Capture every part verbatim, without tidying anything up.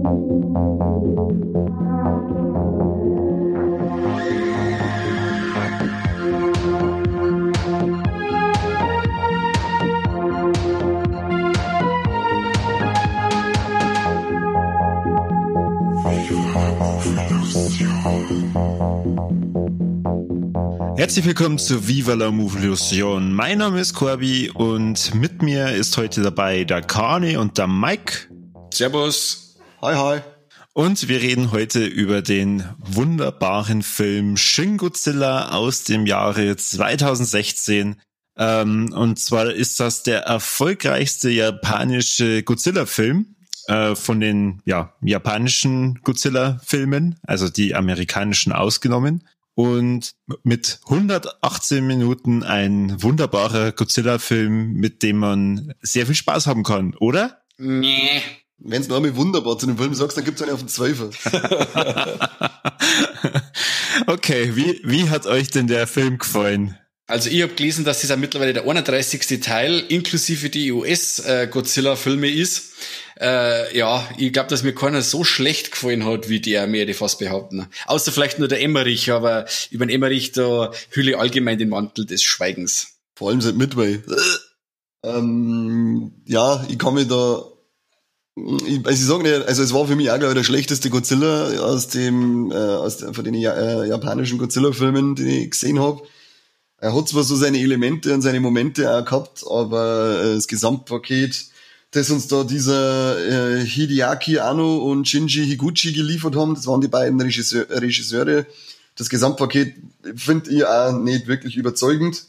Herzlich willkommen zu Viva la Movolution. Mein Name ist Corby und mit mir ist heute dabei der Kani und der Mike. Servus. Hi, hi. Und wir reden heute über den wunderbaren Film Shin Godzilla aus dem Jahre zweitausendsechzehn. Ähm, und zwar ist das der erfolgreichste japanische Godzilla-Film äh, von den ja, japanischen Godzilla-Filmen, also die amerikanischen ausgenommen. Und mit hundertachtzehn Minuten ein wunderbarer Godzilla-Film, mit dem man sehr viel Spaß haben kann, oder? Nee. Wenn du einmal wunderbar zu dem Film sagst, dann gibt's einen auf den Zweifel. Okay, wie, wie hat euch denn der Film gefallen? Also ich habe gelesen, dass das ja mittlerweile der einunddreißigste Teil inklusive die U S-Godzilla-Filme ist. Äh, ja, ich glaube, dass mir keiner so schlecht gefallen hat, wie der, mir die fast behaupten. Außer vielleicht nur der Emmerich, aber über den Emmerich, da hülle ich allgemein den Mantel des Schweigens. Vor allem seit Midway. ähm, ja, ich kann mich da... Ich, also ich sage nicht, also es war für mich auch, glaube ich, der schlechteste Godzilla aus dem, äh, aus der, von den äh, japanischen Godzilla-Filmen, die ich gesehen habe. Er hat zwar so seine Elemente und seine Momente auch gehabt, aber äh, das Gesamtpaket, das uns da dieser äh, Hideaki Anno und Shinji Higuchi geliefert haben, das waren die beiden Regisseur, Regisseure. Das Gesamtpaket finde ich auch nicht wirklich überzeugend,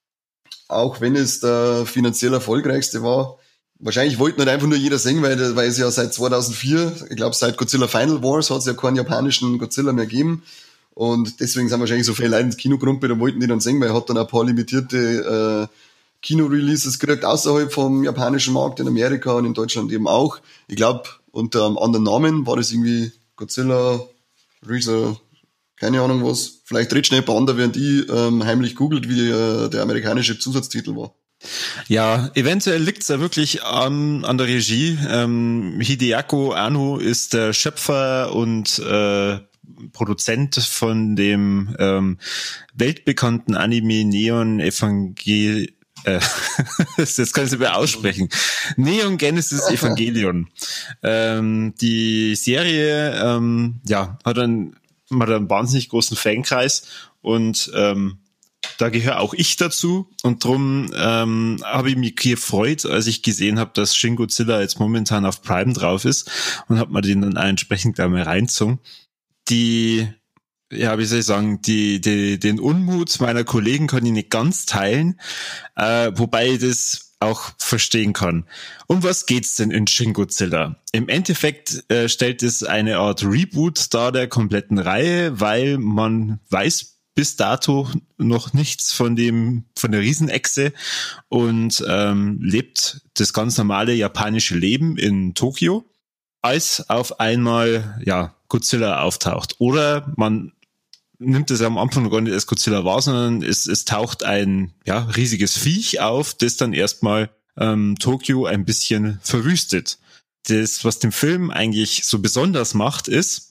auch wenn es der finanziell erfolgreichste war. Wahrscheinlich wollte nicht einfach nur jeder sehen, weil, weil es ja seit zweitausendvier, ich glaube seit Godzilla Final Wars, hat es ja keinen japanischen Godzilla mehr gegeben. Und deswegen sind wahrscheinlich so viele Leute ins Kino gerumpelt und wollten die dann sehen, weil er hat dann ein paar limitierte äh, Kino-Releases gekriegt außerhalb vom japanischen Markt, in Amerika und in Deutschland eben auch. Ich glaube, unter einem anderen Namen war das irgendwie Godzilla, Reza, keine Ahnung was. Vielleicht redet schnell ein paar andere, während ich ähm, heimlich googelt, wie äh, der amerikanische Zusatztitel war. Ja, eventuell liegt's ja wirklich an, an der Regie. Ähm, Hideaki Anno ist der Schöpfer und äh, Produzent von dem ähm, weltbekannten Anime Neon Evangel äh, das kann ich nicht mehr aussprechen. Neon Genesis Evangelion. Ähm, die Serie ähm, ja hat einen, hat einen wahnsinnig großen Fankreis und ähm, da gehöre auch ich dazu und drum ähm, habe ich mich gefreut, als ich gesehen habe, dass Shin Godzilla jetzt momentan auf Prime drauf ist und habe mir den dann auch entsprechend da mal reingezogen. Die, ja, wie soll ich sagen, die, die, den Unmut meiner Kollegen kann ich nicht ganz teilen, äh, wobei ich das auch verstehen kann. Um was geht's denn in Shin Godzilla? Im Endeffekt äh, stellt es eine Art Reboot dar der kompletten Reihe, weil man weiß bis dato noch nichts von dem, von der Riesenechse und ähm, lebt das ganz normale japanische Leben in Tokio, als auf einmal, ja, Godzilla auftaucht. Oder man nimmt es am Anfang gar nicht als Godzilla wahr, sondern es, es taucht ein, ja, riesiges Viech auf, das dann erstmal ähm, Tokio ein bisschen verwüstet. Das, was den Film eigentlich so besonders macht, ist,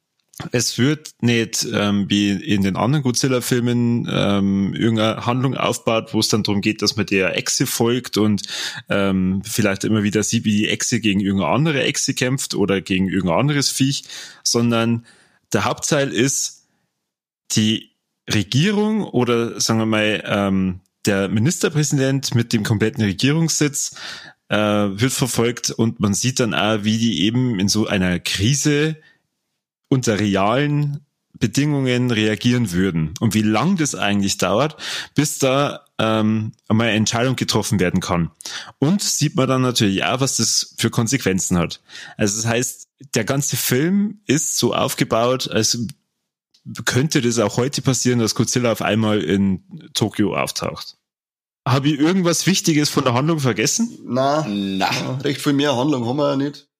es wird nicht ähm, wie in den anderen Godzilla-Filmen ähm, irgendeine Handlung aufbaut, wo es dann darum geht, dass man der Echse folgt und ähm, vielleicht immer wieder sieht, wie die Echse gegen irgendeine andere Echse kämpft oder gegen irgendein anderes Viech, sondern der Hauptteil ist, die Regierung oder sagen wir mal ähm, der Ministerpräsident mit dem kompletten Regierungssitz äh, wird verfolgt und man sieht dann auch, wie die eben in so einer Krise unter realen Bedingungen reagieren würden und wie lang das eigentlich dauert, bis da ähm, einmal eine Entscheidung getroffen werden kann. Und sieht man dann natürlich auch, was das für Konsequenzen hat. Also das heißt, der ganze Film ist so aufgebaut, als könnte das auch heute passieren, dass Godzilla auf einmal in Tokio auftaucht. Habe ich irgendwas Wichtiges von der Handlung vergessen? Nein, Na. recht viel mehr Handlung haben wir ja nicht.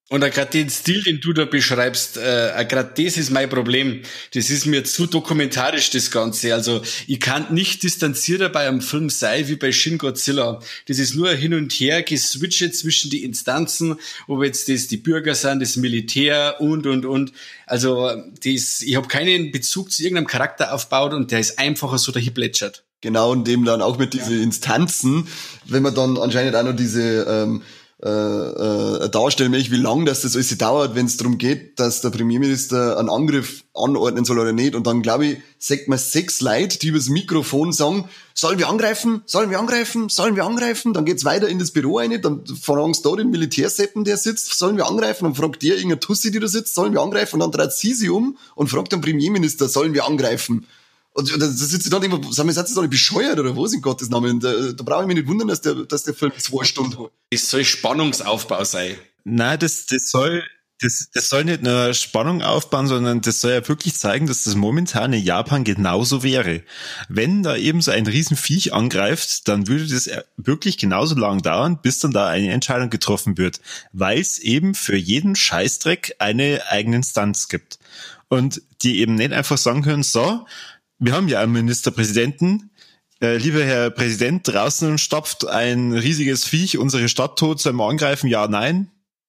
Und gerade den Stil, den du da beschreibst, äh, gerade das ist mein Problem. Das ist mir zu dokumentarisch, das Ganze. Also ich kann nicht distanzierter bei einem Film sein wie bei Shin Godzilla. Das ist nur hin und her geswitcht zwischen die Instanzen, ob jetzt das die Bürger sind, das Militär und, und, und. Also das, ich habe keinen Bezug zu irgendeinem Charakter aufgebaut und der ist einfacher so dahin plätschert. Genau, und dem dann auch mit diesen Instanzen, wenn man dann anscheinend auch noch diese ähm, äh, äh, darstellen möchte, wie lang das das alles dauert, wenn es darum geht, dass der Premierminister einen Angriff anordnen soll oder nicht. Und dann, glaube ich, sagt man sechs Leute, die übers Mikrofon sagen, sollen wir angreifen, sollen wir angreifen, sollen wir angreifen. Dann geht's weiter in das Büro rein, dann fragen sie da den Militärseppen, der sitzt, sollen wir angreifen. Dann fragt der irgendeine Tussi, die da sitzt, sollen wir angreifen. Und dann dreht sie sich um und fragt den Premierminister, sollen wir angreifen. Und da sitzt dann immer, sagen wir, seid ihr doch nicht bescheuert oder was in Gottes Namen? Da, da brauche ich mich nicht wundern, dass der, dass der Film zwei Stunden hat. Es soll Spannungsaufbau sein. Nein, das, das soll, das, das soll nicht nur Spannung aufbauen, sondern das soll ja wirklich zeigen, dass das momentan in Japan genauso wäre. Wenn da eben so ein Riesenviech angreift, dann würde das wirklich genauso lang dauern, bis dann da eine Entscheidung getroffen wird. Weil es eben für jeden Scheißdreck eine eigene Instanz gibt. Und die eben nicht einfach sagen können, so, wir haben ja einen Ministerpräsidenten. Äh, lieber Herr Präsident, draußen stopft ein riesiges Viech unsere Stadt tot, sollen wir angreifen? Ja, nein.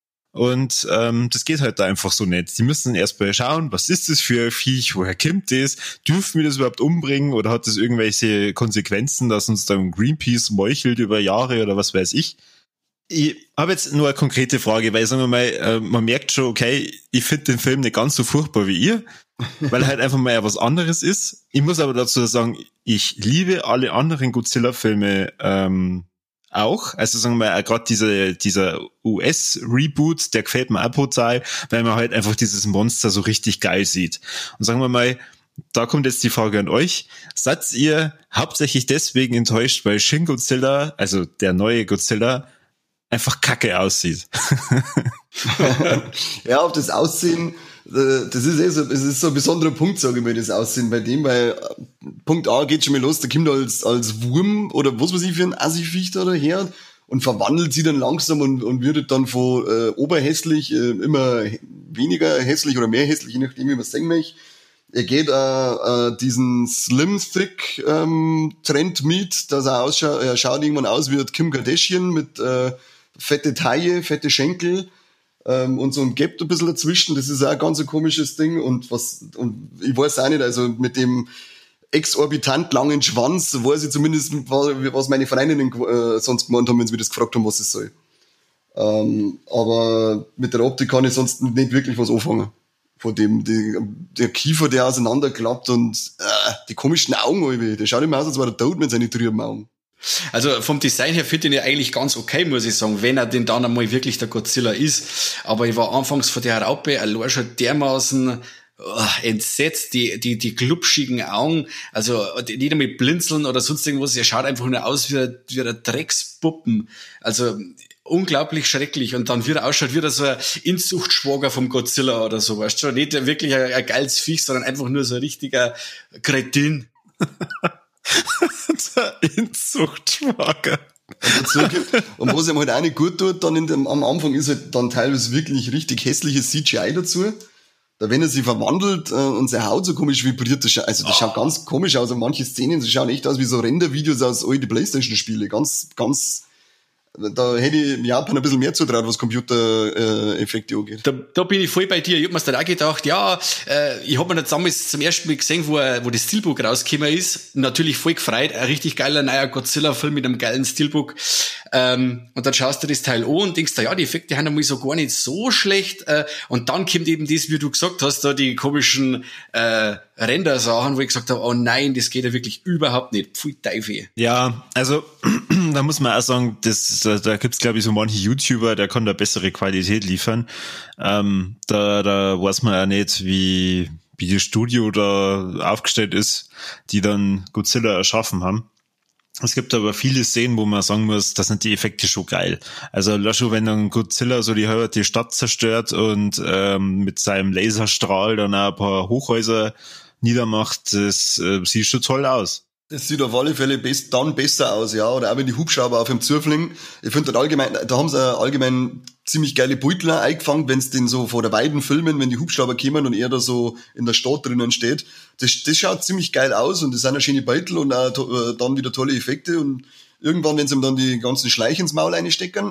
Und ähm, das geht halt da einfach so nicht. Die müssen erst mal schauen, was ist das für ein Viech, woher kommt das? Dürfen wir das überhaupt umbringen oder hat das irgendwelche Konsequenzen, dass uns dann Greenpeace meuchelt über Jahre oder was weiß ich? Ich habe jetzt nur eine konkrete Frage, weil, sagen wir mal, äh, man merkt schon, okay, ich finde den Film nicht ganz so furchtbar wie ihr, weil er halt einfach mal was anderes ist. Ich muss aber dazu sagen, ich liebe alle anderen Godzilla-Filme ähm, auch. Also sagen wir mal, gerade diese, dieser U S-Reboot, der gefällt mir auch brutal, weil man halt einfach dieses Monster so richtig geil sieht. Und sagen wir mal, da kommt jetzt die Frage an euch. Seid ihr hauptsächlich deswegen enttäuscht, weil Shin Godzilla, also der neue Godzilla, einfach kacke aussieht? Ja, auf das Aussehen, das ist eh so, das ist so ein besonderer Punkt, sage ich mal, das Aussehen bei dem, weil Punkt A geht schon mal los, der kommt als, als Wurm oder was weiß ich für ein Assi-Viech da daher und verwandelt sie dann langsam und, und wird dann von äh, oberhässlich äh, immer weniger hässlich oder mehr hässlich, je nachdem, wie man es sagen möchte. Er geht äh, äh, diesen Slim-Thick-Trend ähm, mit, dass er ausschaut, er schaut irgendwann aus wie Kim Kardashian mit äh, fette Taille, fette Schenkel ähm, und so ein Gap ein bisschen dazwischen. Das ist auch ein ganz ein komisches Ding. Und was und ich weiß auch nicht, also mit dem exorbitant langen Schwanz weiß ich zumindest, was meine Freundinnen äh, sonst gemeint haben, wenn sie mich das gefragt haben, was es soll. Ähm, aber mit der Optik kann ich sonst nicht wirklich was anfangen. Von dem, die, der Kiefer, der auseinanderklappt und äh, die komischen Augen, der schaut immer aus, als wäre er tot mit seinen trüben Augen. Also vom Design her finde ich ihn ja eigentlich ganz okay, muss ich sagen, wenn er denn dann einmal wirklich der Godzilla ist. Aber ich war anfangs von der Raupe allein schon dermaßen oh, entsetzt, die, die, die glubschigen Augen, also nicht einmal blinzeln oder sonst irgendwas, er schaut einfach nur aus wie, wie ein Dreckspuppen. Also unglaublich schrecklich. Und dann wieder ausschaut wie so ein Inzuchtschwager vom Godzilla oder so, weißt du schon? Nicht wirklich ein, ein geiles Viech, sondern einfach nur so ein richtiger Kretin. Der Inzuchtschwager. Und was ihm halt auch nicht gut tut, dann in dem, am Anfang ist halt dann teilweise wirklich richtig hässliches C G I dazu. Da wenn er sich verwandelt äh, und seine Haut so komisch vibriert, das, also das oh. schaut ganz komisch aus. Und manche Szenen, das schauen echt aus wie so Rendervideos aus alten Playstation-Spiele. Ganz, ganz, da hätte ich Japan ein bisschen mehr zutraut, was Computereffekte äh, angeht. Da, da bin ich voll bei dir. Ich hab mir dann auch gedacht, ja, äh, ich hab mir dann damals zum ersten Mal gesehen, wo, wo das Steelbook rausgekommen ist. Natürlich voll gefreut. Ein richtig geiler neuer Godzilla-Film mit einem geilen Steelbook. Ähm, und dann schaust du das Teil an und denkst, ja, die Effekte haben einmal so gar nicht so schlecht. Äh, und dann kommt eben das, wie du gesagt hast, da die komischen äh, Render-Sachen, wo ich gesagt habe, oh nein, das geht ja wirklich überhaupt nicht. Pfui Teufel. Ja, also da muss man auch sagen, das, da, da gibt's glaube ich so manche YouTuber, der kann da bessere Qualität liefern. Ähm, da, da weiß man ja nicht, wie, wie das Studio da aufgestellt ist, die dann Godzilla erschaffen haben. Es gibt aber viele Szenen, wo man sagen muss, das sind die Effekte schon geil. Also schon wenn dann Godzilla so die halbe Stadt zerstört und ähm, mit seinem Laserstrahl dann auch ein paar Hochhäuser niedermacht, das äh, sieht schon toll aus. Das sieht auf alle Fälle best, dann besser aus, ja. Oder auch wenn die Hubschrauber auf dem zufliegen. Ich finde dort allgemein, da haben sie allgemein ziemlich geile Beutel eingefangen, wenn es den so vor der Weiden filmen, wenn die Hubschrauber kommen und er da so in der Stadt drinnen steht. Das, das schaut ziemlich geil aus und das sind auch schöne Beutel und auch to, dann wieder tolle Effekte und irgendwann, wenn sie ihm dann die ganzen Schleiche ins Maul reinstecken,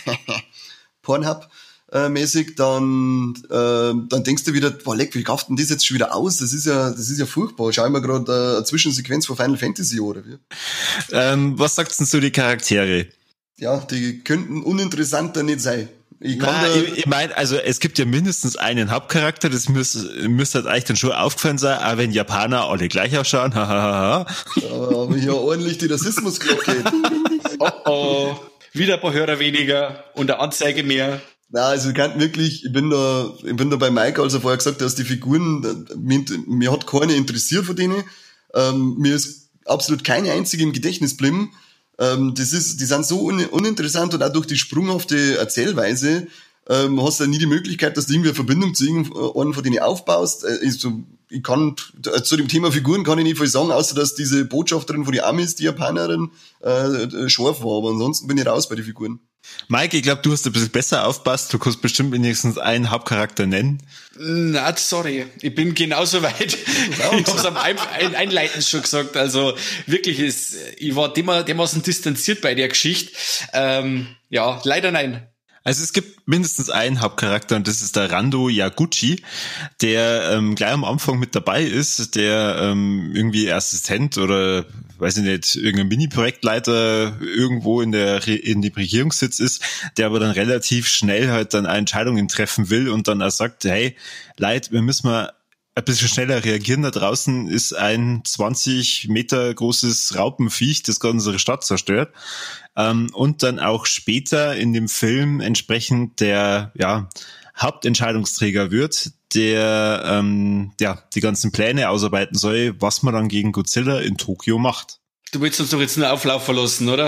Pornhub, Äh, mäßig, dann, äh, dann denkst du wieder, boah, leck, wie kauft denn das jetzt schon wieder aus? Das ist ja, das ist ja furchtbar. Schau mal gerade äh, eine Zwischensequenz von Final Fantasy, oder wie? Ähm, was sagst denn zu die Charaktere? Ja, die könnten uninteressanter nicht sein. Ich kann Na, da, ich, ich meine, also es gibt ja mindestens einen Hauptcharakter, das müsste müsste halt eigentlich dann schon aufgefallen sein, auch wenn Japaner alle gleich ausschauen, hahaha. aber hier ordentlich die Rassismusglocke. Oh oh, wieder ein paar Hörer weniger und eine Anzeige mehr. Na, also ich kann wirklich, ich bin da, ich bin da bei Mike, als er vorher gesagt hat, dass die Figuren, mir, mir hat keine interessiert von denen. Ähm, mir ist absolut keine einzige im Gedächtnis geblieben. Ähm, das ist, die sind so un, uninteressant und auch durch die sprunghafte Erzählweise ähm, hast du ja nie die Möglichkeit, dass du irgendwie eine Verbindung zu irgendeinem von denen aufbaust. Äh, ich, so, ich kann, zu dem Thema Figuren kann ich nicht viel sagen, außer dass diese Botschafterin von den Amis, die Japanerin, äh, scharf war, aber ansonsten bin ich raus bei den Figuren. Mike, ich glaube, du hast ein bisschen besser aufpasst. Du kannst bestimmt wenigstens einen Hauptcharakter nennen. Na, sorry. Ich bin genauso weit. Ich hab's am Ein- Einleiten schon gesagt. Also wirklich, ist, ich war dermaßen distanziert bei der Geschichte. Ähm, ja, leider nein. Also es gibt mindestens einen Hauptcharakter und das ist der Rando Yaguchi, der ähm, gleich am Anfang mit dabei ist, der ähm, irgendwie Assistent oder weiß ich nicht, irgendein Mini-Projektleiter irgendwo in der Re- in dem Regierungssitz ist, der aber dann relativ schnell halt dann Entscheidungen treffen will und dann auch sagt, hey, Leute, wir müssen mal ein bisschen schneller reagieren. Da draußen ist ein zwanzig Meter großes Raupenviech, das gerade unsere Stadt zerstört. Ähm, und dann auch später in dem Film entsprechend der ja Hauptentscheidungsträger wird, der ähm, ja die ganzen Pläne ausarbeiten soll, was man dann gegen Godzilla in Tokio macht. Du willst uns doch jetzt einen Auflauf verlassen, oder?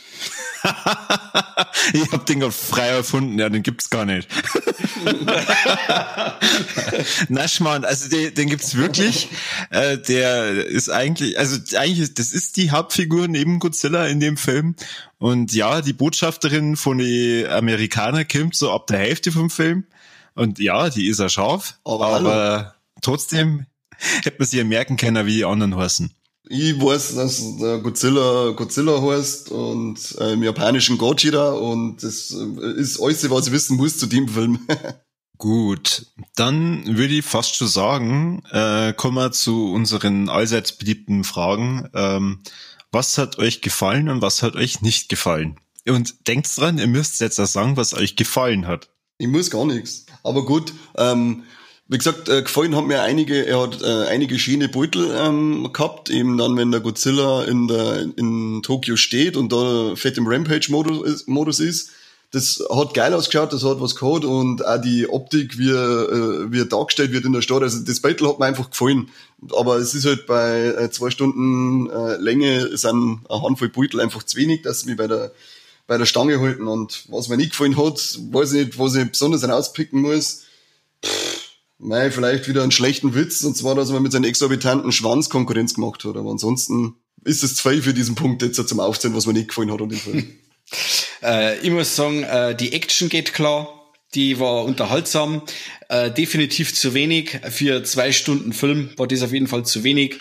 Ich hab den gerade frei erfunden, ja, den gibt's gar nicht. Na Schmarrn, also den, den gibt's wirklich. Äh, der ist eigentlich, also eigentlich ist, das ist die Hauptfigur neben Godzilla in dem Film. Und ja, die Botschafterin von den Amerikanern kommt so ab der Hälfte vom Film. Und ja, die ist ja scharf, Aber aber trotzdem hätte man sich ja merken können, wie die anderen heißen. Ich weiß, dass der Godzilla Godzilla heißt und äh, im japanischen Gojira und das äh, ist alles, was ich wissen muss zu dem Film. Gut, dann würde ich fast schon sagen, äh, kommen wir zu unseren allseits beliebten Fragen. Ähm, was hat euch gefallen und was hat euch nicht gefallen? Und denkt dran, ihr müsst jetzt auch sagen, was euch gefallen hat. Ich muss gar nichts. Aber gut, ähm, wie gesagt, äh, gefallen hat mir einige, er hat äh, einige schöne Beutel ähm, gehabt, eben dann, wenn der Godzilla in der in Tokio steht und da fett im Rampage-Modus ist, Modus ist. Das hat geil ausgeschaut, das hat was gehabt und auch die Optik, wie er, wie er dargestellt wird in der Stadt. Also das Beutel hat mir einfach gefallen. Aber es ist halt bei äh, zwei Stunden äh, Länge sind eine Handvoll Beutel einfach zu wenig, dass sie mich bei der bei der Stange halten. Und was mir nicht gefallen hat, weiß ich nicht, was ich besonders herauspicken muss. Pff, mei, vielleicht wieder einen schlechten Witz, und zwar, dass man mit seinem exorbitanten Schwanz Konkurrenz gemacht hat. Aber ansonsten ist es zwei für diesen Punkt jetzt zum Aufzählen, was mir nicht gefallen hat an dem Film. Äh, ich muss sagen, äh, die Action geht klar, die war unterhaltsam, äh, definitiv zu wenig. Für zwei Stunden Film war das auf jeden Fall zu wenig.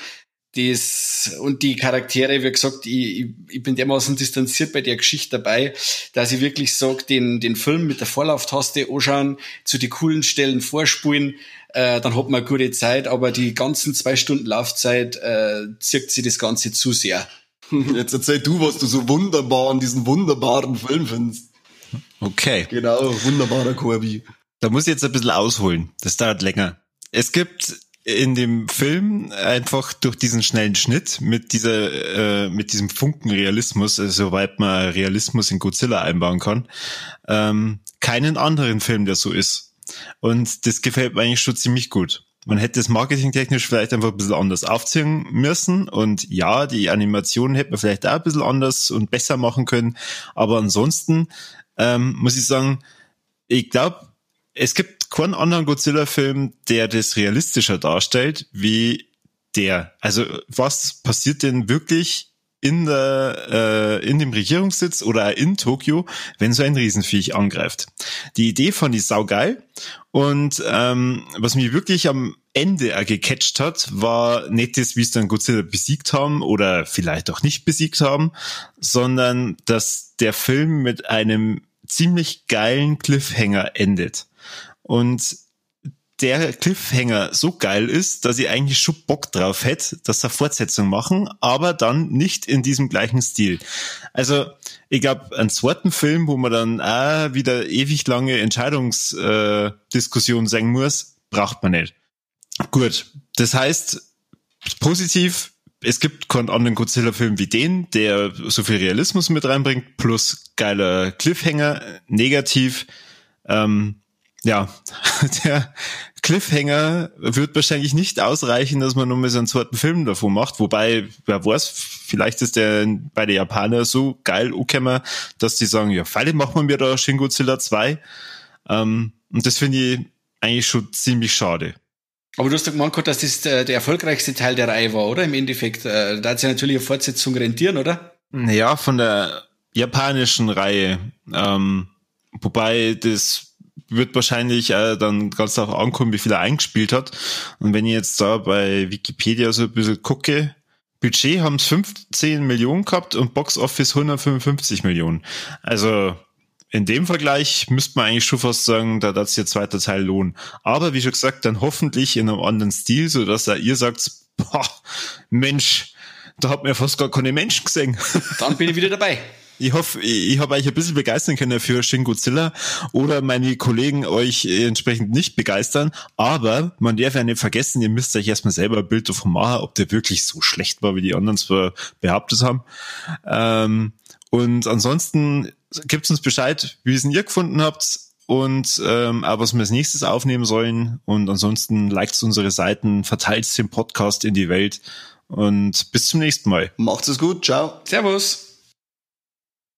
Das, und die Charaktere, wie gesagt, ich, ich, ich bin dermaßen distanziert bei der Geschichte dabei, dass ich wirklich sage, den, den Film mit der Vorlauftaste anschauen, zu den coolen Stellen vorspulen, äh, dann hat man eine gute Zeit, aber die ganzen zwei Stunden Laufzeit äh, zirkt sich das Ganze zu sehr. Jetzt erzähl du, was du so wunderbar an diesen wunderbaren Film findest. Okay. Genau, wunderbarer Corby. Da muss ich jetzt ein bisschen ausholen. Das dauert länger. Es gibt in dem Film einfach durch diesen schnellen Schnitt mit dieser, äh, mit diesem Funken Realismus, also soweit man Realismus in Godzilla einbauen kann, ähm, keinen anderen Film, der so ist. Und das gefällt mir eigentlich schon ziemlich gut. Man hätte es marketingtechnisch vielleicht einfach ein bisschen anders aufziehen müssen. Und ja, die Animationen hätte man vielleicht auch ein bisschen anders und besser machen können. Aber ansonsten ähm, muss ich sagen, ich glaube, es gibt keinen anderen Godzilla-Film, der das realistischer darstellt, wie der. Also was passiert denn wirklich in der äh, in dem Regierungssitz oder in Tokio, wenn so ein Riesenviech angreift? Die Idee fand ich saugeil und ähm, was mich wirklich am Ende auch gecatcht hat, war nicht das, wie es dann Godzilla besiegt haben oder vielleicht auch nicht besiegt haben, sondern dass der Film mit einem ziemlich geilen Cliffhanger endet. Und der Cliffhanger so geil ist, dass ich eigentlich schon Bock drauf hätte, dass sie Fortsetzung machen, aber dann nicht in diesem gleichen Stil. Also ich glaube, einen zweiten Film, wo man dann auch wieder ewig lange Entscheidungsdiskussionen sein muss, braucht man nicht. Gut, das heißt, positiv, es gibt keinen anderen Godzilla-Film wie den, der so viel Realismus mit reinbringt, plus geiler Cliffhanger. Negativ, ähm, ja, der Cliffhanger wird wahrscheinlich nicht ausreichen, dass man nur mal so einen zweiten Film davon macht, wobei, wer weiß, vielleicht ist der bei den Japanern so geil angekommen, dass die sagen, ja, vielleicht machen wir da Shin Godzilla zwei, ähm, und das finde ich eigentlich schon ziemlich schade. Aber du hast doch gemeint, dass das der, der erfolgreichste Teil der Reihe war, oder? Im Endeffekt, da hat sich natürlich eine Fortsetzung rentieren, oder? Ja, von der japanischen Reihe, ähm, wobei das wird wahrscheinlich äh, dann ganz darauf ankommen, wie viel er eingespielt hat. Und wenn ich jetzt da bei Wikipedia so ein bisschen gucke, Budget haben es fünfzehn Millionen gehabt und Box Office hundertfünfundfünfzig Millionen. Also in dem Vergleich müsste man eigentlich schon fast sagen, da darf sich der zweite Teil lohnen. Aber wie schon gesagt, dann hoffentlich in einem anderen Stil, sodass da ihr sagt, boah, Mensch, da hat man ja fast gar keine Menschen gesehen. Dann bin ich wieder dabei. Ich hoffe, ich, ich habe euch ein bisschen begeistern können für Shin Godzilla oder meine Kollegen euch entsprechend nicht begeistern, aber man darf ja nicht vergessen, ihr müsst euch erstmal selber ein Bild davon machen, ob der wirklich so schlecht war, wie die anderen zwar behauptet haben. Ähm, und ansonsten gebt uns Bescheid, wie es ihr gefunden habt und ähm, auch was wir als nächstes aufnehmen sollen. Und ansonsten liked unsere Seiten, verteilt den Podcast in die Welt und bis zum nächsten Mal. Macht's es gut, ciao. Servus.